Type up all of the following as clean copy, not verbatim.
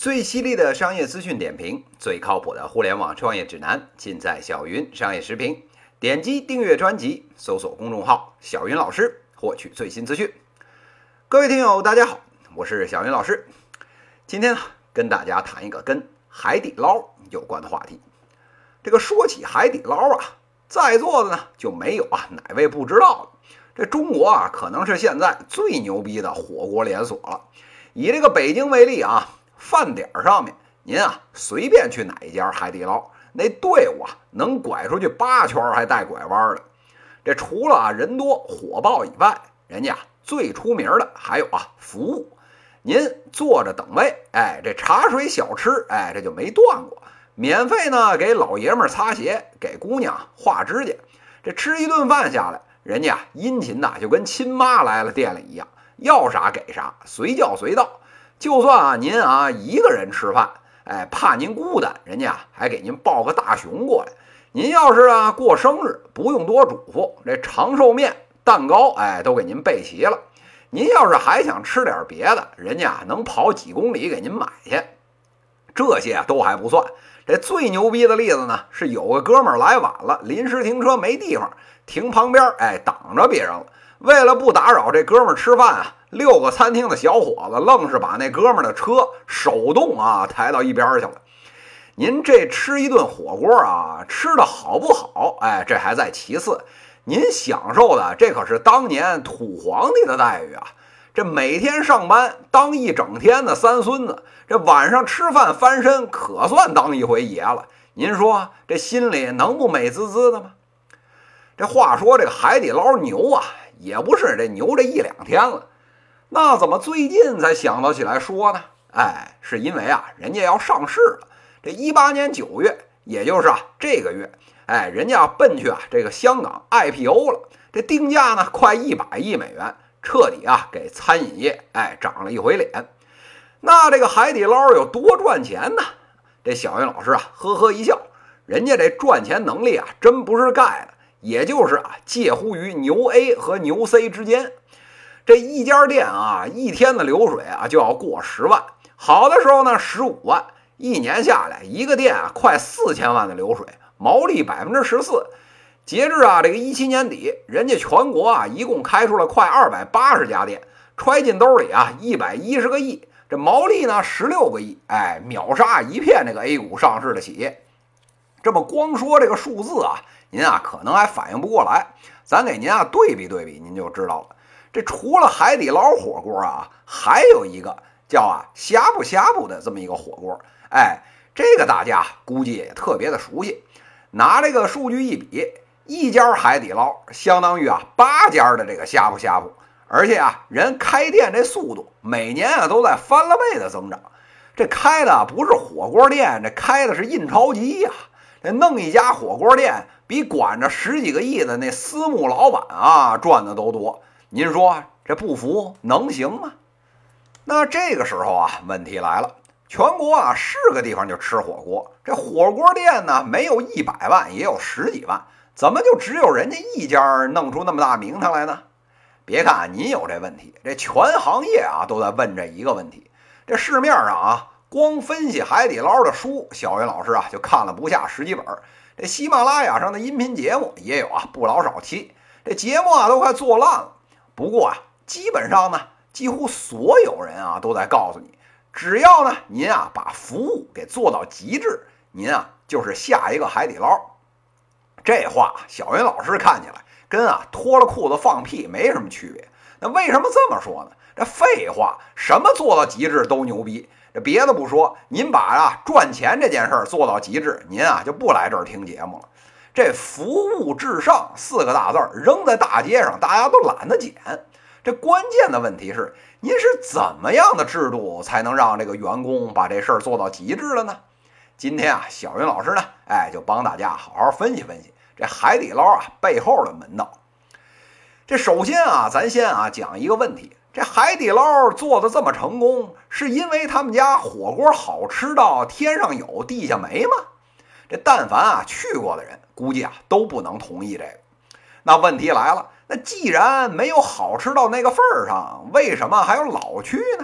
最犀利的商业资讯点评，最靠谱的互联网创业指南，尽在小云商业时评。点击订阅专辑，搜索公众号小云老师，获取最新资讯。各位听友大家好，我是小云老师。今天跟大家谈一个跟海底捞有关的话题。这个说起海底捞啊，在座的呢就没有哪位不知道的。这中国可能是现在最牛逼的火锅连锁了。以这个北京为例饭点上面您随便去哪一家海底捞，那队伍能拐出去8圈还带拐弯的。这除了人多火爆以外，人家最出名的还有服务。您坐着等位，这茶水小吃，这就没断过。免费呢给老爷们擦鞋，给姑娘画指甲。这吃一顿饭下来，人家殷勤的就跟亲妈来了店里一样，要啥给啥，随叫随到。就算您一个人吃饭，怕您孤单，人家还给您抱个大熊过来。您要是过生日，不用多嘱咐，这长寿面蛋糕都给您备齐了。您要是还想吃点别的，人家能跑几公里给您买去。这些都还不算，这最牛逼的例子呢，是有个哥们儿来晚了，临时停车没地方停旁边，挡着别人了。为了不打扰这哥们儿吃饭6个餐厅的小伙子愣是把那哥们儿的车手动抬到一边去了。您这吃一顿火锅吃的好不好，这还在其次。您享受的这可是当年土皇帝的待遇这每天上班当一整天的三孙子，这晚上吃饭翻身可算当一回爷了。您说这心里能不美滋滋的吗？这话说这个海底捞牛也不是这牛这1-2天了，那怎么最近才想到起来说呢？是因为人家要上市了。这18年9月，也就是这个月，人家奔去这个香港 IPO 了。这定价呢快100亿美元，彻底给餐饮业长了一回脸。那这个海底捞有多赚钱呢？这小云老师呵呵一笑，人家这赚钱能力真不是盖的，也就是介乎于牛 A 和牛 C 之间。这一家店一天的流水就要过10万，好的时候呢15万，一年下来一个店快4000万的流水，毛利14%。截至这个17年底，人家全国一共开出了快280家店，揣进兜里110个亿，这毛利呢16个亿，秒杀一片这个 A 股上市的企业。这么光说这个数字您可能还反应不过来，咱给您对比对比，您就知道了。这除了海底捞火锅还有一个叫呷哺呷哺的这么一个火锅，这个大家估计也特别的熟悉。拿这个数据一比，一家海底捞相当于8家的这个呷哺呷哺，而且人开店这速度每年都在翻了倍的增长。这开的不是火锅店，这开的是印钞机这弄一家火锅店比管着10几个亿的那私募老板赚的都多。您说这不服能行吗？那这个时候问题来了，全国是个地方就吃火锅，这火锅店呢没有100万也有10几万，怎么就只有人家一家弄出那么大名堂来呢？别看您有这问题，这全行业都在问这一个问题。这市面上光分析海底捞的书，小云老师就看了不下10几本。这喜马拉雅上的音频节目也有不老少期，这节目都快做烂了。不过基本上呢，几乎所有人都在告诉你，只要呢您把服务给做到极致，您就是下一个海底捞。这话小云老师看起来跟脱了裤子放屁没什么区别。那为什么这么说呢？这废话，什么做到极致都牛逼。这别的不说，您把赚钱这件事儿做到极致，您就不来这儿听节目了。这服务至上4个大字扔在大街上，大家都懒得捡。这关键的问题是，您是怎么样的制度才能让这个员工把这事儿做到极致了呢？今天小云老师呢，就帮大家好好分析分析这海底捞背后的门道。这首先咱先讲一个问题，这海底捞做的这么成功，是因为他们家火锅好吃到天上有地下没吗？这但凡去过的人估计都不能同意这个。那问题来了，那既然没有好吃到那个份儿上，为什么还有老去呢？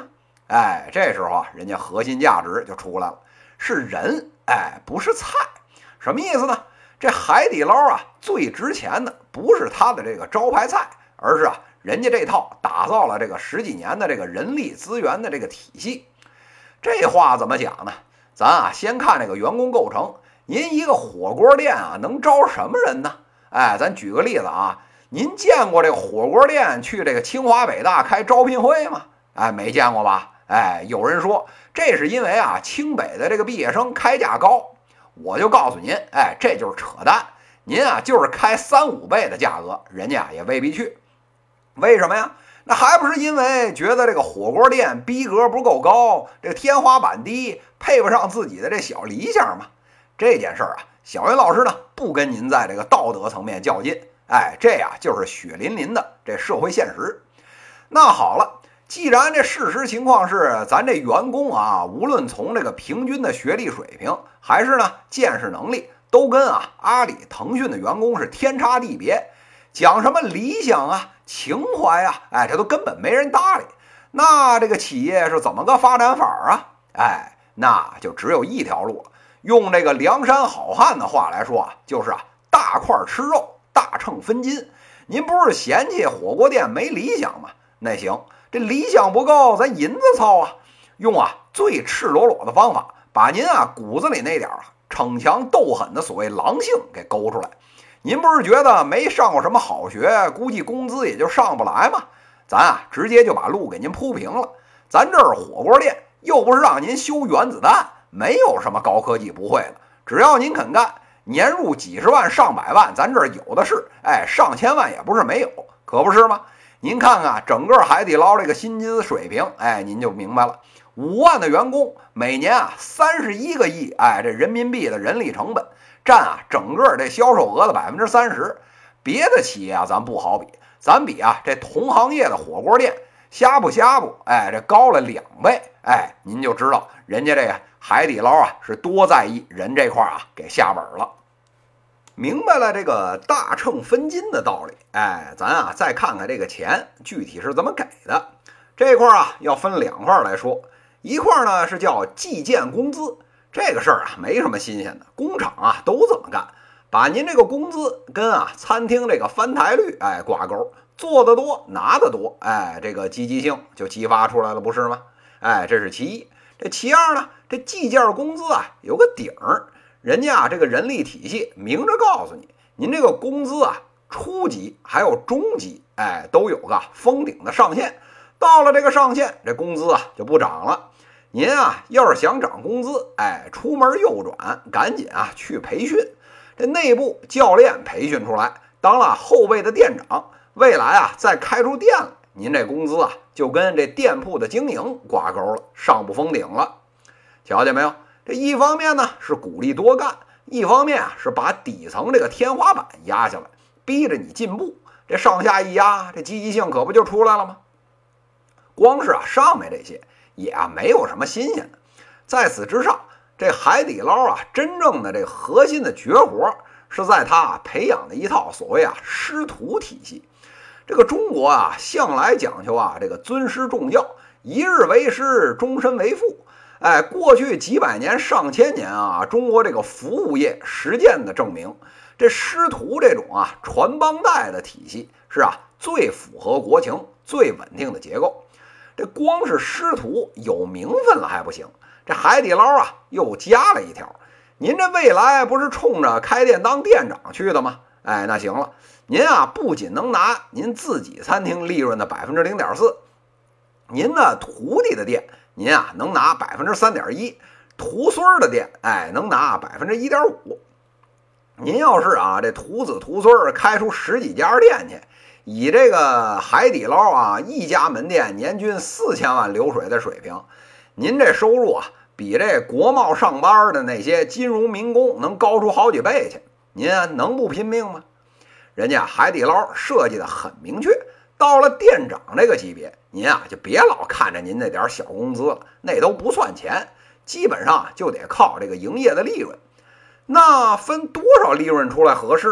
这时候啊，人家核心价值就出来了，是人，不是菜。什么意思呢？这海底捞啊，最值钱的不是它的这个招牌菜，而是啊，人家这套打造了这个10几年的这个人力资源的这个体系。这话怎么讲呢？咱啊，先看这个员工构成。您一个火锅店啊，能招什么人呢？咱举个例子啊，您见过这个火锅店去这个清华北大开招聘会吗？没见过吧？有人说这是因为啊，清北的这个毕业生开价高。我就告诉您，这就是扯淡。您啊，就是开3、5倍的价格，人家也未必去。为什么呀？那还不是因为觉得这个火锅店逼格不够高，这个天花板低，配不上自己的这小理想吗？这件事儿啊，小云老师呢不跟您在这个道德层面较劲，这呀就是血淋淋的这社会现实。那好了，既然这事实情况是咱这员工啊，无论从这个平均的学历水平，还是呢见识能力，都跟啊阿里、腾讯的员工是天差地别。讲什么理想啊、情怀啊，这都根本没人搭理。那这个企业是怎么个发展法啊？那就只有一条路了。用这个梁山好汉的话来说啊，就是啊大块吃肉，大秤分金。您不是嫌弃火锅店没理想吗？那行，这理想不够，咱银子操啊！用啊最赤裸裸的方法，把您啊骨子里那点逞强斗狠的所谓狼性给勾出来。您不是觉得没上过什么好学，估计工资也就上不来吗？咱啊直接就把路给您铺平了。咱这是火锅店，又不是让您修原子弹，没有什么高科技不会的，只要您肯干，年入几十万、上百万，咱这儿有的是，上千万也不是没有，可不是吗？您看看整个海底捞这个薪资水平，您就明白了。5万的员工，每年啊31个亿，这人民币的人力成本，占啊整个这销售额的30%。别的企业啊，咱不好比，咱比啊这同行业的火锅店瞎不，这高了2倍，您就知道人家这个海底捞啊是多在意人这块啊给下本了。明白了这个大秤分金的道理，咱啊再看看这个钱具体是怎么给的。这块啊要分2块来说，一块呢是叫计件工资，这个事儿啊没什么新鲜的，工厂啊都这么干，把您这个工资跟啊餐厅这个翻台率挂钩，做得多拿得多，这个积极性就激发出来了，不是吗？这是其一。这其二呢，这计件工资啊有个顶儿，人家啊这个人力体系明着告诉你，您这个工资啊初级还有中级，都有个封顶的上限，到了这个上限，这工资啊就不涨了。您啊要是想涨工资，出门右转，赶紧啊去培训，这内部教练培训出来，当了后备的店长，未来啊再开出店来，您这工资啊就跟这店铺的经营挂钩了，上不封顶了。瞧见没有？这一方面呢是鼓励多干，一方面啊是把底层这个天花板压下来，逼着你进步。这上下一压，这积极性可不就出来了吗？光是啊上面这些也啊没有什么新鲜的。在此之上，这海底捞啊真正的这核心的绝活是在它培养的一套所谓啊师徒体系。这个中国啊向来讲究啊这个尊师重教，一日为师，终身为父。过去几百年、上千年啊，中国这个服务业实践的证明，这师徒这种啊传帮带的体系是啊最符合国情、最稳定的结构。这光是师徒有名分了还不行，这海底捞啊又加了一条，您这未来不是冲着开店当店长去的吗？那行了，您啊不仅能拿您自己餐厅利润的0.4%，您的徒弟的店您啊能拿3.1%，徒孙的店能拿1.5%。您要是啊这徒子徒孙开出10几家店去，以这个海底捞啊一家门店年均4000万流水的水平，您这收入啊比这国贸上班的那些金融民工能高出好几倍去，您能不拼命吗？人家海底捞设计的很明确，到了店长这个级别，您啊就别老看着您那点小工资了，那都不算钱，基本上就得靠这个营业的利润。那分多少利润出来合适呢？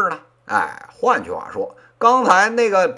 换句话说，刚才那个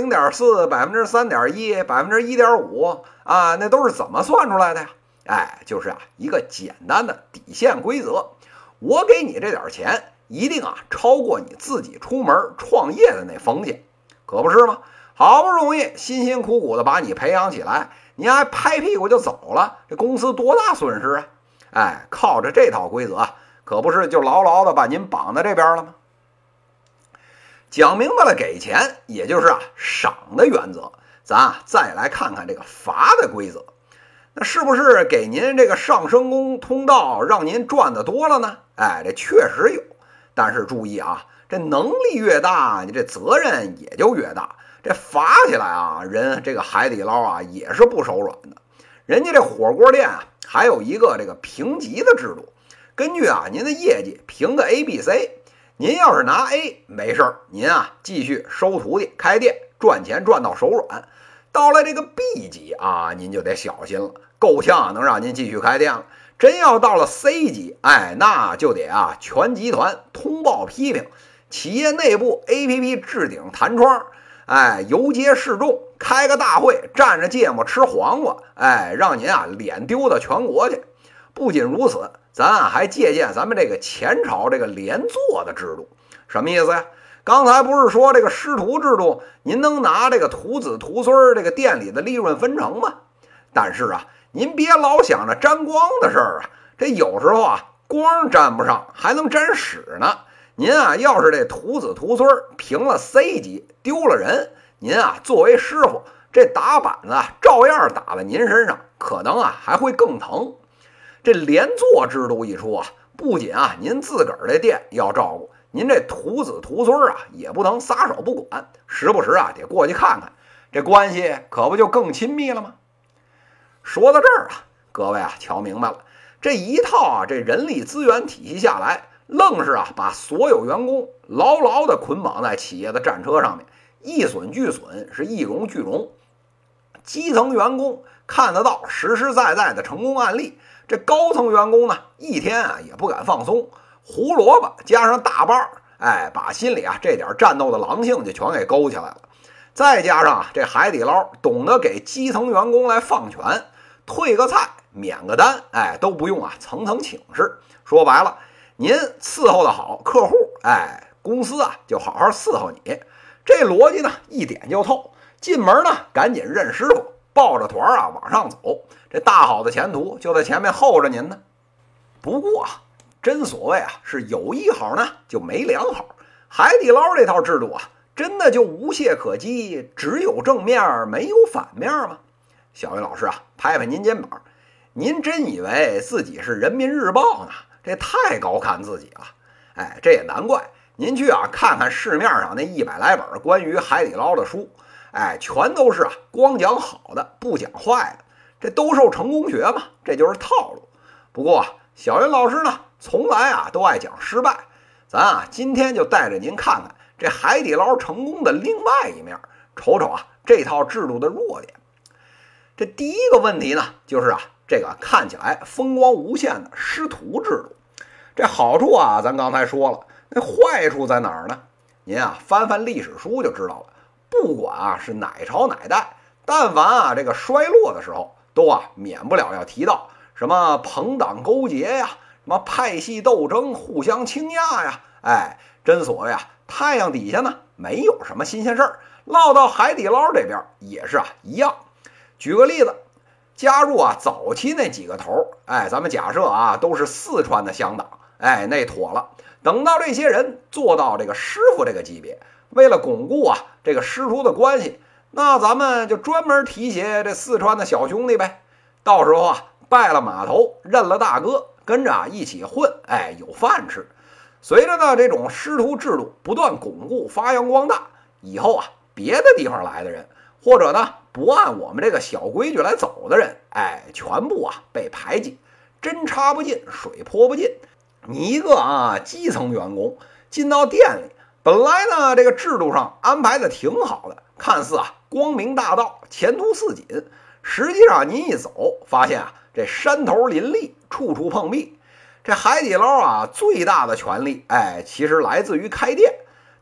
0.4%、3.1%、1.5%啊，那都是怎么算出来的呀？就是一个简单的底线规则。我给你这点钱，一定超过你自己出门创业的那风险，可不是吗？好不容易辛辛苦苦的把你培养起来，你还拍屁股就走了，这公司多大损失啊？靠着这套规则可不是就牢牢的把您绑在这边了吗？讲明白了给钱，也就是赏的原则，咱再来看看这个罚的规则。那是不是给您这个上升通道让您赚的多了呢？这确实有，但是注意这能力越大，你这责任也就越大。这罚起来人这个海底捞也是不手软的。人家这火锅店还有一个这个评级的制度，根据您的业绩评个 A、B、C。您要是拿 A 没事儿，您继续收徒弟开店赚钱赚到手软。到了这个 B 级您就得小心了，够呛能让您继续开店了。真要到了 C 级，那就得全集团通报批评，企业内部 APP 置顶弹窗，游街示众，开个大会，蘸着芥末吃黄瓜，让您脸丢到全国去。不仅如此，咱还借鉴咱们这个前朝这个连坐的制度。什么意思呀？刚才不是说这个师徒制度，您能拿这个徒子徒孙这个店里的利润分成吗？但是您别老想着沾光的事儿这有时候光沾不上，还能沾屎呢。您要是这徒子徒孙评了 C 级，丢了人，您作为师傅，这打板子照样打在您身上，可能还会更疼。这连坐制度一出不仅您自个儿这店要照顾，您这徒子徒孙也不能撒手不管，时不时得过去看看，这关系可不就更亲密了吗？说到这儿各位瞧明白了，这一套这人力资源体系下来，愣是把所有员工牢牢的捆绑在企业的战车上面，一损俱损，是一荣俱荣。基层员工看得到实实在在的成功案例，这高层员工呢，一天也不敢放松，胡萝卜加上大棒，把心里这点战斗的狼性就全给勾起来了。再加上这海底捞懂得给基层员工来放权，退个菜免个单，都不用层层请示。说白了，您伺候的好客户，公司就好好伺候你。这逻辑呢一点就透。进门呢赶紧认师傅，抱着团往上走，这大好的前途就在前面候着您呢。不过真所谓是有一好呢就没两好。海底捞这套制度真的就无懈可击，只有正面没有反面吗？小云老师拍拍您肩膀，您真以为自己是人民日报呢？这太高看自己了。这也难怪，您去看看市面上那100来本关于海底捞的书，全都是光讲好的不讲坏的，这兜售成功学嘛，这就是套路。不过小云老师呢从来都爱讲失败，咱今天就带着您看看这海底捞成功的另外一面，瞅瞅这套制度的弱点。这第一个问题呢，就是这个看起来风光无限的师徒制度。这好处咱刚才说了，那坏处在哪儿呢？您翻翻历史书就知道了。不管是哪朝哪代，但凡这个衰落的时候，都免不了要提到什么朋党勾结呀，什么派系斗争，互相倾轧呀。真所谓太阳底下呢没有什么新鲜事儿，落到海底捞这边也是一样。举个例子，加入早期那几个头，咱们假设都是四川的乡党，那妥了。等到这些人做到这个师傅这个级别，为了巩固这个师徒的关系，那咱们就专门提携这四川的小兄弟呗。到时候拜了码头，认了大哥，跟着一起混，有饭吃。随着呢这种师徒制度不断巩固发扬光大，以后别的地方来的人，或者呢不按我们这个小规矩来走的人，全部被排挤，针插不进，水泼不进。你一个基层员工进到店里，本来呢这个制度上安排的挺好的，看似光明大道，前途似锦。实际上您一走，发现这山头林立，处处碰壁。这海底捞最大的权利其实来自于开店。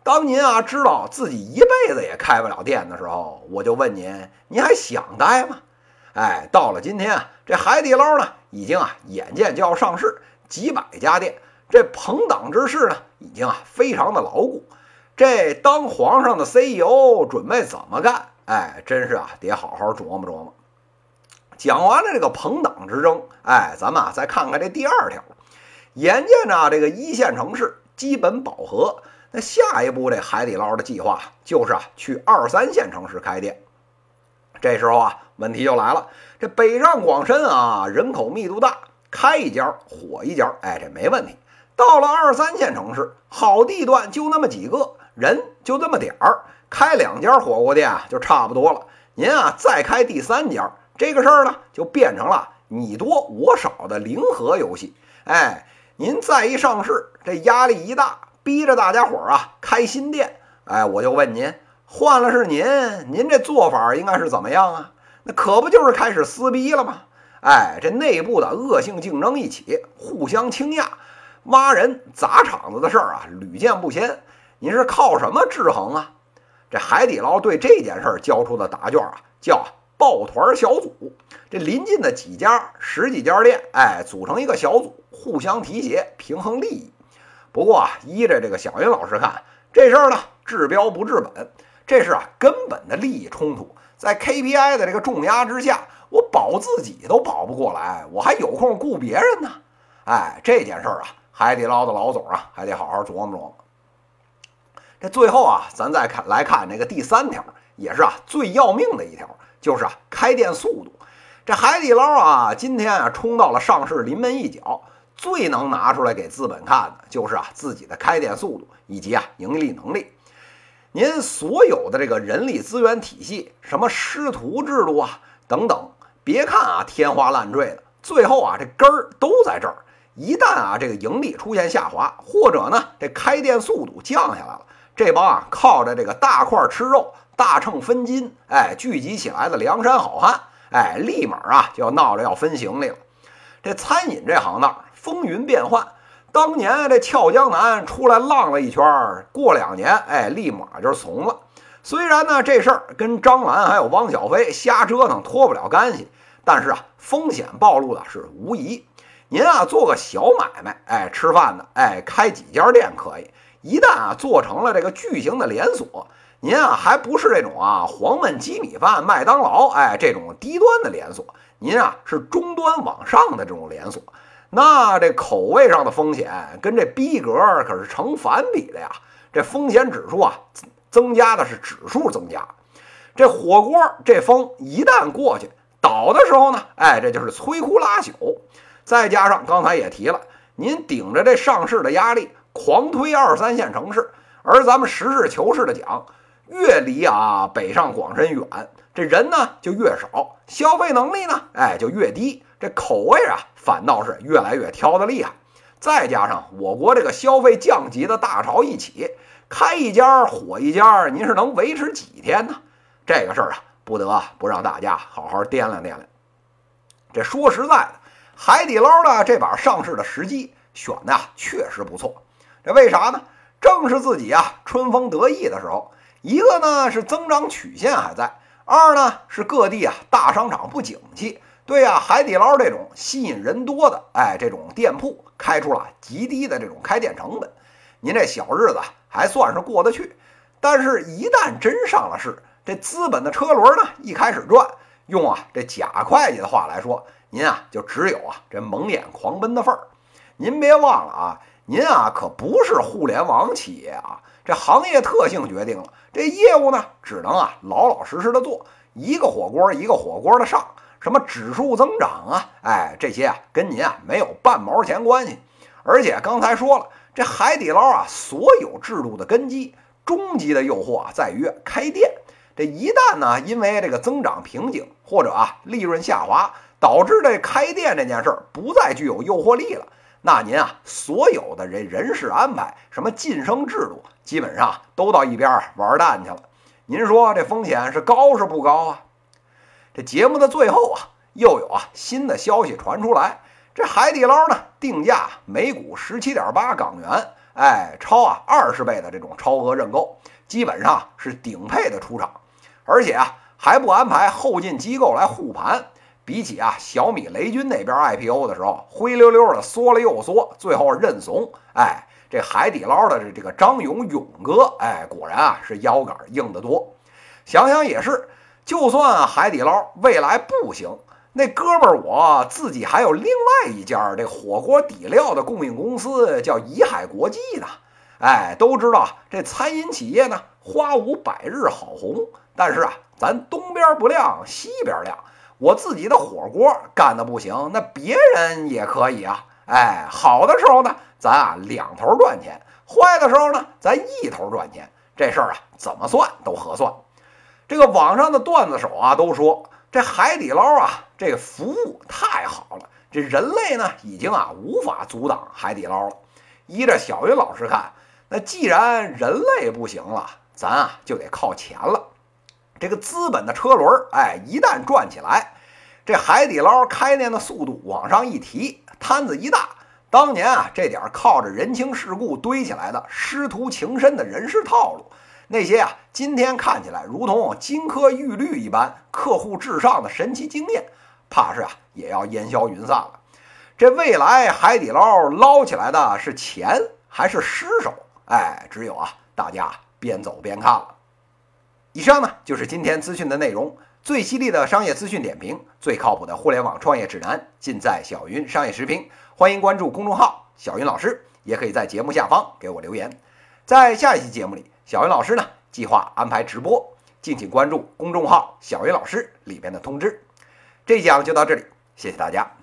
当您啊知道自己一辈子也开不了店的时候，我就问您，您还想待吗？哎，到了今天啊，这海底捞呢，已经啊眼见就要上市，几百家店，这朋党之势呢，已经啊非常的牢固。这当皇上的 CEO 准备怎么干？哎，真是啊得好好琢磨琢磨。讲完了这个朋党之争，哎，咱们啊再看看这第二条。眼见着这个一线城市基本饱和，那下一步这海底捞的计划就是啊去2、3线城市开店。这时候啊，问题就来了，这北上广深啊，人口密度大，开一家火一家，哎，这没问题。到了2、3线城市，好地段就那么几个，人就这么点儿，开2家火锅店啊就差不多了。您啊再开第3家，这个事儿呢就变成了你多我少的零和游戏。哎，您再一上市，这压力一大，逼着大家伙儿啊开新店。哎，我就问您，换了是您这做法应该是怎么样啊？那可不就是开始撕逼了吗？哎，这内部的恶性竞争一起，互相倾轧，挖人砸场子的事儿啊屡见不鲜。您是靠什么制衡啊？这海底捞对这件事儿交出的答卷啊，叫抱团小组。这临近的几家10几家店，哎，组成一个小组，互相提携，平衡利益。不过啊，依着这个小云老师看，这事儿呢治标不治本，这是啊根本的利益冲突。在 KPI 的这个重压之下，我保自己都保不过来，我还有空顾别人呢。哎，这件事儿啊，海底捞的老总啊，还得好好琢磨琢磨。这最后啊，咱再来看这个第3条，也是啊最要命的一条，就是啊开店速度。这海底捞啊，今天啊冲到了上市临门一脚，最能拿出来给资本看的，就是啊自己的开店速度以及啊盈利能力。您所有的这个人力资源体系，什么师徒制度啊等等，别看啊天花乱坠的，最后啊这根儿都在这儿。一旦啊这个盈利出现下滑，或者呢这开店速度降下来了，这帮啊靠着这个大块吃肉、大秤分金，哎聚集起来的梁山好汉，哎立马啊就要闹着要分行李了。这餐饮这行当风云变幻，当年这俏江南出来浪了一圈，过2年，哎，立马就怂了。虽然呢这事儿跟张兰还有汪小菲瞎折腾脱不了干系，但是啊风险暴露的是无疑。您啊做个小买卖，哎吃饭的，哎开几家店可以。一旦啊做成了这个巨型的连锁，您啊还不是这种啊黄焖鸡米饭、麦当劳，哎这种低端的连锁，您啊是中端往上的这种连锁。那这口味上的风险跟这逼格可是成反比的呀，这风险指数啊增加的是指数增加。这火锅这风一旦过去，倒的时候呢，哎，这就是摧枯拉朽。再加上刚才也提了，您顶着这上市的压力，狂推2、3线城市，而咱们实事求是的讲，越离啊北上广深远，这人呢就越少，消费能力呢，哎就越低，这口味啊反倒是越来越挑的厉害。再加上我国这个消费降级的大潮一起，开一家火一家，您是能维持几天呢？这个事儿啊，不得不让大家好好掂量掂量。这说实在的，海底捞的这把上市的时机选的啊确实不错。这为啥呢？正是自己啊春风得意的时候。一个呢是增长曲线还在，二呢是各地啊大商场不景气，对啊海底捞这种吸引人多的哎这种店铺开出了极低的这种开店成本，您这小日子还算是过得去。但是一旦真上了市，这资本的车轮呢一开始转，用啊这贾会计的话来说，您啊就只有啊这蒙眼狂奔的份儿。您别忘了啊，您啊可不是互联网企业啊，这行业特性决定了，这业务呢只能啊老老实实的做，一个火锅一个火锅的上，什么指数增长啊，哎这些啊跟您啊没有半毛钱关系。而且刚才说了，这海底捞啊所有制度的根基，终极的诱惑啊在于开店。这一旦呢因为这个增长瓶颈或者啊利润下滑，导致这开店这件事儿不再具有诱惑力了，那您啊所有的人事安排，什么晋升制度，基本上都到一边玩蛋去了。您说这风险是高是不高啊？这节目的最后啊，又有啊新的消息传出来，这海底捞呢定价每股17.8港元， 超20倍的这种超额认购，基本上是顶配的出场，而且还不安排后进机构来护盘。比起小米雷军那边 IPO 的时候，灰溜溜的缩了又缩，最后认怂。这海底捞的这个张勇勇哥，果然是腰杆硬得多。想想也是，就算海底捞未来不行，那哥们儿我自己还有另外一家这火锅底料的供应公司，叫怡海国际呢。都知道这餐饮企业呢，花无百日好红，但是咱东边不亮西边亮。我自己的火锅干的不行，那别人也可以好的时候呢，咱两头赚钱；坏的时候呢，咱一头赚钱。这事儿怎么算都合算。这个网上的段子手都说，这海底捞这个服务太好了，这人类呢已经无法阻挡海底捞了。依着小云老师看，那既然人类不行了，咱就得靠钱了。这个资本的车轮一旦转起来，这海底捞开店的速度往上一提，摊子一大，当年这点靠着人情世故堆起来的师徒情深的人事套路，那些今天看起来如同金科玉律一般客户至上的神奇经验，怕是也要烟消云散了。这未来海底捞捞起来的是钱还是尸首？只有大家边走边看了。以上呢就是今天资讯的内容，最犀利的商业资讯点评，最靠谱的互联网创业指南，尽在小云商业时评。欢迎关注公众号小云老师，也可以在节目下方给我留言。在下一期节目里，小云老师呢计划安排直播，敬请关注公众号小云老师里边的通知。这一讲就到这里，谢谢大家。